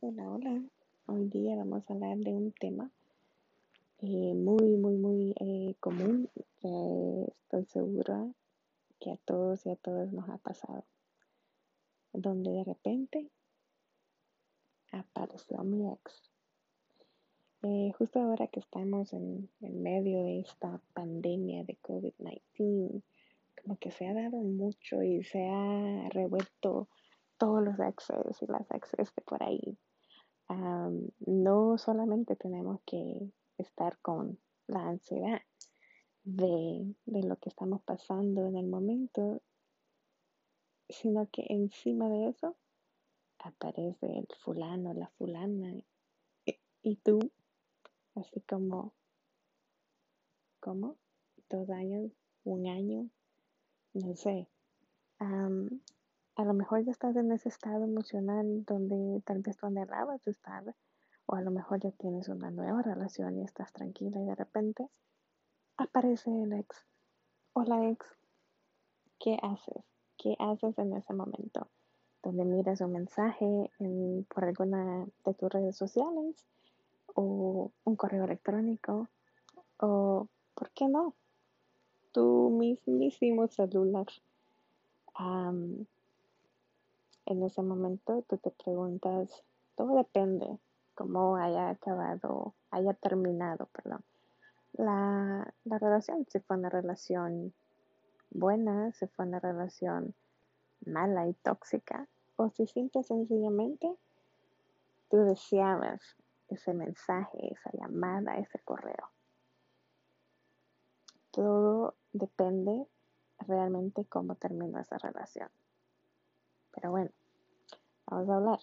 Hola, hola. Hoy día vamos a hablar de un tema muy común que estoy segura que a todos y a todas nos ha pasado, donde de repente apareció mi ex. Justo ahora que estamos en medio de esta pandemia de COVID-19, como que se ha dado mucho y se ha revuelto todos los exes y las exes de por ahí. No solamente tenemos que estar con la ansiedad de lo que estamos pasando en el momento, sino que encima de eso aparece el fulano, la fulana, y tú, así como, ¿cómo? 2 años, un año, no sé. A lo mejor ya estás en ese estado emocional donde tal vez tú anhelabas estar, o a lo mejor ya tienes una nueva relación y estás tranquila y de repente aparece el ex o la ex. ¿Qué haces? ¿Qué haces en ese momento? Donde miras un mensaje por alguna de tus redes sociales o un correo electrónico o, ¿por qué no? Tu mismísimo celular. En ese momento tú te preguntas, todo depende cómo haya terminado, perdón, la relación. Si fue una relación buena, si fue una relación mala y tóxica, o si simple y sencillamente tú deseabas ese mensaje, esa llamada, ese correo. Todo depende realmente cómo terminó esa relación. Pero bueno, vamos a hablar.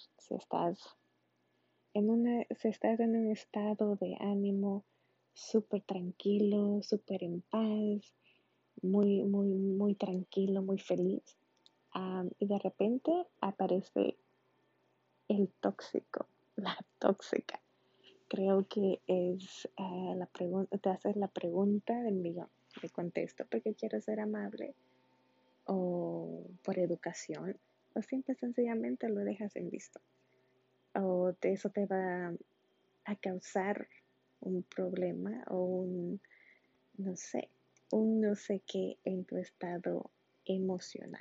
Si estás en un estado de ánimo súper tranquilo, súper en paz, muy tranquilo, muy feliz, y de repente aparece el tóxico, la tóxica. Creo que es la pregunta, te haces la pregunta del millón. ¿Le contesto porque quiero ser amable o por educación o simple y sencillamente lo dejas en visto? O eso te va a causar un problema o un no sé qué en tu estado emocional.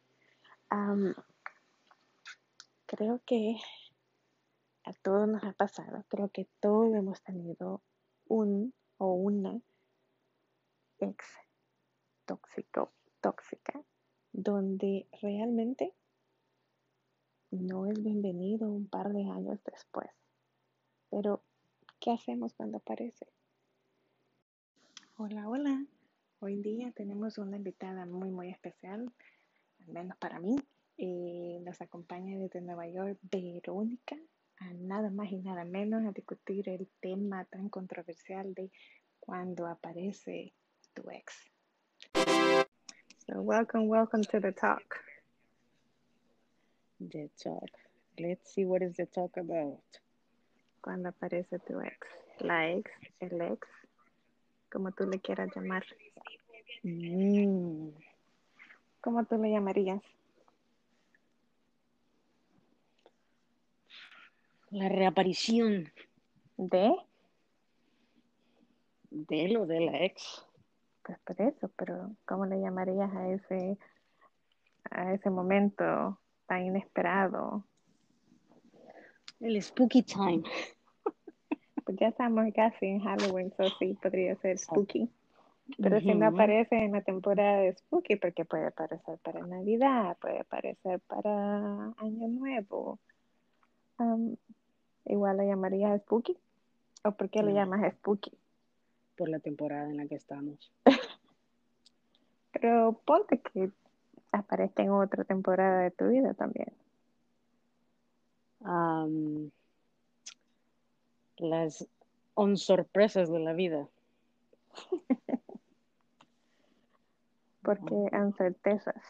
Creo que a todos nos ha pasado, creo que todos hemos tenido un o una ex tóxica, donde realmente no es bienvenido un par de años después. Pero, ¿qué hacemos cuando aparece? Hola, hola. Hoy día tenemos una invitada muy especial, al menos para mí. Nos acompaña desde Nueva York Verónica, a nada más y nada menos a discutir el tema tan controversial de cuando aparece tu ex. So welcome to the talk. The talk. Let's see what is the talk about. Cuando aparece tu ex, la ex, el ex, como tú le quieras llamar. ¿Cómo tú le llamarías? La reaparición ¿De? de lo de la ex. Pues por eso, pero ¿cómo le llamarías a ese momento tan inesperado? El spooky time. Pues ya estamos casi en Halloween, so sí, podría ser Exacto. spooky. Pero si no aparece en la temporada de spooky, porque puede aparecer para Navidad, puede aparecer para Año Nuevo. Igual le llamarías spooky. ¿O por qué le No, llamas spooky? por la temporada en la que estamos. Pero ponte que aparezca en otra temporada de tu vida también. Las sorpresas de la vida. Porque han certezas.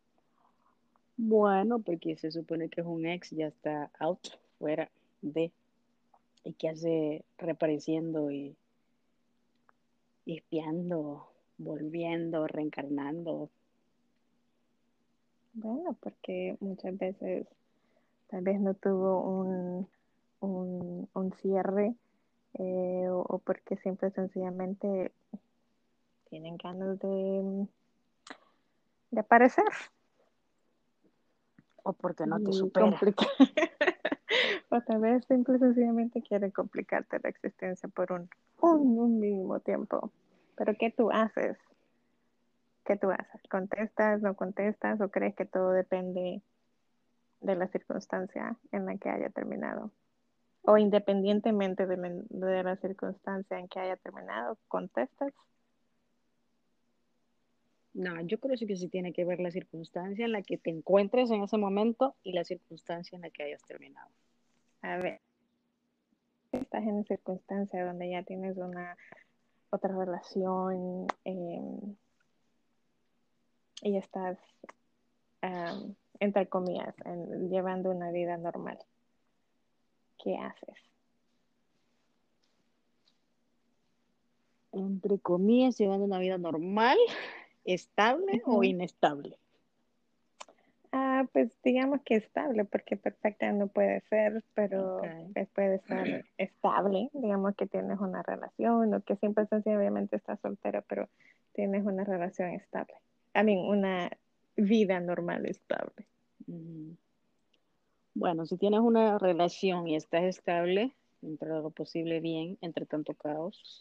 Bueno, porque se supone que es un ex, ya está out, fuera de, y que hace reapareciendo y espiando, volviendo, reencarnando. Bueno, porque muchas veces tal vez no tuvo un cierre, o porque simple y sencillamente tienen ganas de aparecer O porque no te y supera. complicar. O tal vez simple y sencillamente quieren complicarte la existencia por un mínimo tiempo. Pero ¿qué tú haces? ¿Qué tú haces? ¿Contestas, no contestas o crees que todo depende de la circunstancia en la que haya terminado? O independientemente de la circunstancia en que haya terminado, ¿contestas? No, yo creo que sí tiene que ver la circunstancia en la que te encuentres en ese momento y la circunstancia en la que hayas terminado. A ver, estás en una circunstancia donde ya tienes una otra relación, y estás, entre comillas, llevando una vida normal. ¿Qué haces? Entre comillas, llevando una vida normal, estable o Ujú. inestable. Pues digamos que estable, porque perfecta no puede ser, Ok. pero pues puede estar estable. Digamos que tienes una relación o que siempre sencillamente estás soltera, pero tienes una relación estable. Una vida normal estable. Bueno, si tienes una relación y estás estable, dentro de lo posible bien, entre tanto caos,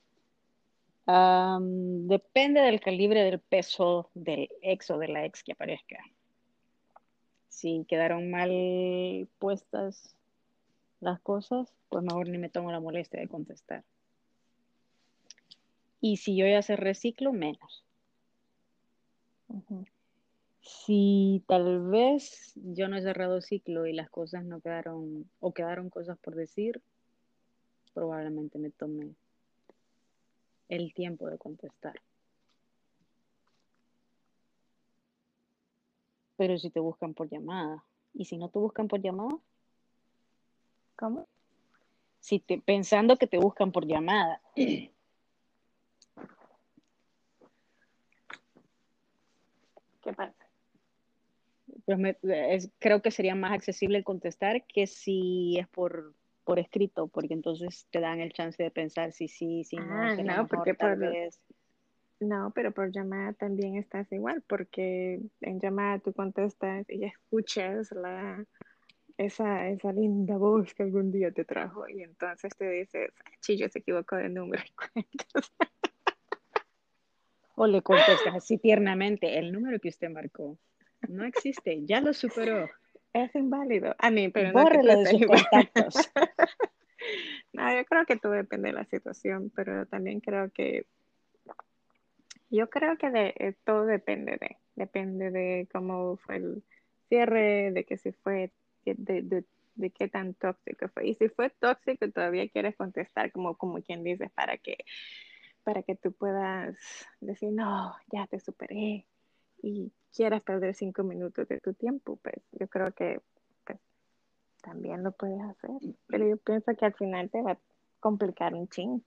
depende del calibre del peso del ex o de la ex que aparezca. Si quedaron mal puestas las cosas, pues mejor ni me tomo la molestia de contestar. Y si yo ya se reciclo, menos. Ujú. Si tal vez yo no he cerrado ciclo y las cosas no quedaron, o quedaron cosas por decir, probablemente me tome el tiempo de contestar. Pero si te buscan por llamada, y si no te buscan por llamada, ¿Cómo? pensando que te buscan por llamada, ¿Qué pasa? pues creo que sería más accesible contestar que si es por escrito, porque entonces te dan el chance de pensar si sí, si no, sería No, mejor porque tal vez. no, pero por llamada también estás igual, porque en llamada tú contestas y escuchas esa linda voz que algún día te trajo y entonces te dices, chillo, se equivocó de número y cuentas. O le contestas así tiernamente, el número que usted marcó no existe, ya lo superó. Es inválido. A mí, pero no que tú Bórrelo de estés sus igual. contactos. No, yo creo que todo depende de la situación, pero también yo creo que todo depende de cómo fue el cierre, de que si fue, de qué tan tóxico fue. Y si fue tóxico, todavía quieres contestar como quien dice, para que tú puedas decir, no, ya te superé y quieras perder 5 minutos de tu tiempo, pues yo creo que pues, también lo puedes hacer. Pero yo pienso que al final te va a complicar un ching,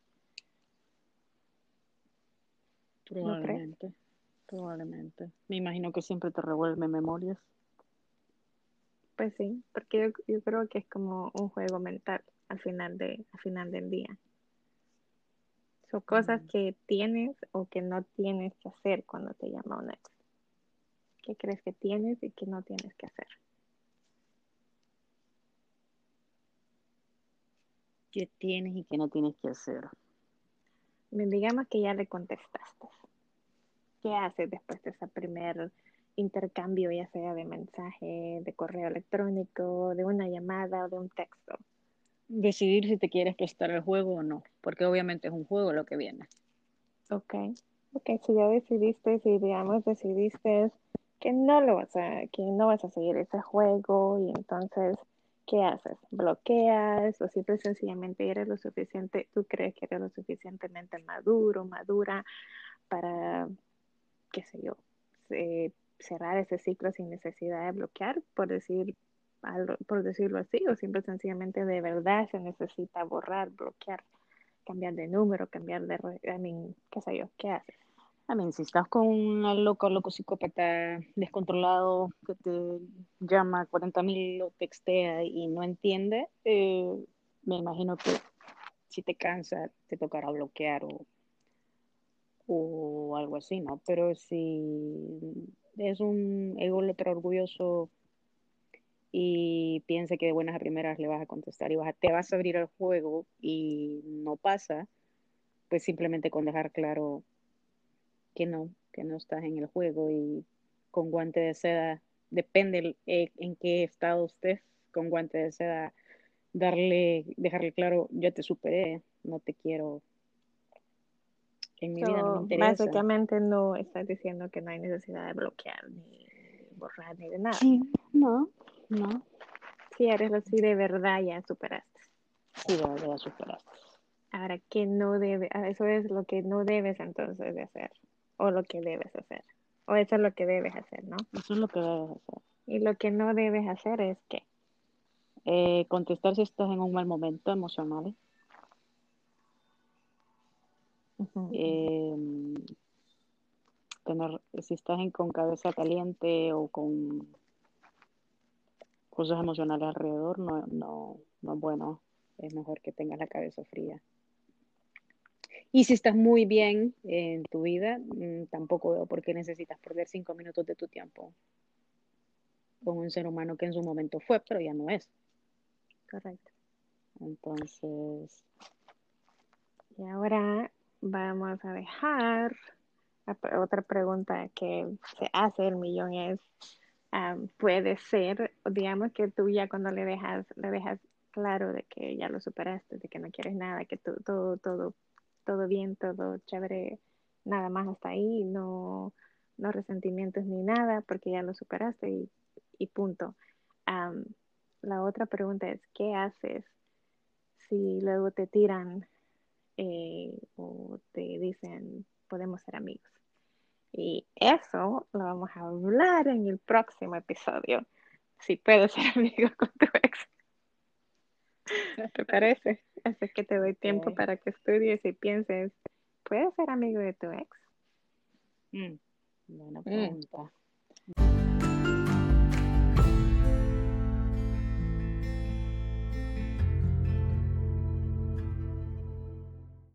¿no crees? Probablemente, probablemente. Me imagino que siempre te revuelve memorias. Pues sí, porque yo creo que es como un juego mental al final del día. Son cosas que tienes o que no tienes que hacer cuando te llama un ex. ¿Qué crees que tienes y que no tienes que hacer? ¿Qué tienes y qué no tienes que hacer? Digamos que ya le contestaste. ¿Qué haces después de ese primer intercambio, ya sea de mensaje, de correo electrónico, de una llamada o de un texto? Decidir si te quieres prestar el juego o no, porque obviamente es un juego lo que viene. Ok, ok, si ya decidiste, si digamos decidiste que no vas a seguir ese juego y entonces, ¿qué haces? ¿Bloqueas o simple y sencillamente tú crees que eres lo suficientemente maduro, madura para, qué sé yo, cerrar ese ciclo sin necesidad de bloquear, por decirlo así, o simple y sencillamente de verdad se necesita borrar, bloquear, cambiar de número, cambiar de, qué sé yo, ¿qué haces? Si estás con un loco psicópata descontrolado que te llama 40.000 o textea y no entiende, me imagino que si te cansa, te tocará bloquear o algo así, ¿no? Pero si es un ególatra orgulloso y piensa que de buenas a primeras le vas a contestar y te vas a abrir al juego y no pasa, pues simplemente con dejar claro que no estás en el juego y con guante de seda, depende en qué estado estés, con guante de seda, dejarle claro, yo te superé, no te quiero en mi vida, no me So, interesa. básicamente no estás diciendo que no hay necesidad de bloquear, ni borrar, ni de nada. Sí, no, no, Si eres así de verdad, ya superaste. sí, ya superaste. Ahora, ¿qué no debe? Eso es lo que no debes entonces de hacer, o lo que debes hacer, o eso es lo que debes hacer, ¿no? Eso es lo que debes hacer. Y lo que no debes hacer es que, Contestar si estás en un mal momento emocional. ujú, Eh, si estás con cabeza caliente o con cosas emocionales alrededor, no es bueno. Es mejor que tengas la cabeza fría. Y si estás muy bien en tu vida, tampoco veo por qué necesitas perder 5 minutos de tu tiempo con un ser humano que en su momento fue, pero ya no es. correcto. Entonces, Y ahora vamos a dejar otra pregunta que se hace el millón es, puede ser, digamos que tú ya cuando le dejas claro de que ya lo superaste, de que no quieres nada, que todo bien, todo chévere, nada más hasta ahí, no resentimientos ni nada, porque ya lo superaste y punto. Um, la otra pregunta es, ¿qué haces si luego te tiran o te dicen, podemos ser amigos? Y eso lo vamos a hablar en el próximo episodio. Si puedes ser amigo con tu ex, ¿te parece? Así que te doy tiempo ok. para que estudies y pienses, ¿puedes ser amigo de tu ex? Mm, Buena Mm. pregunta.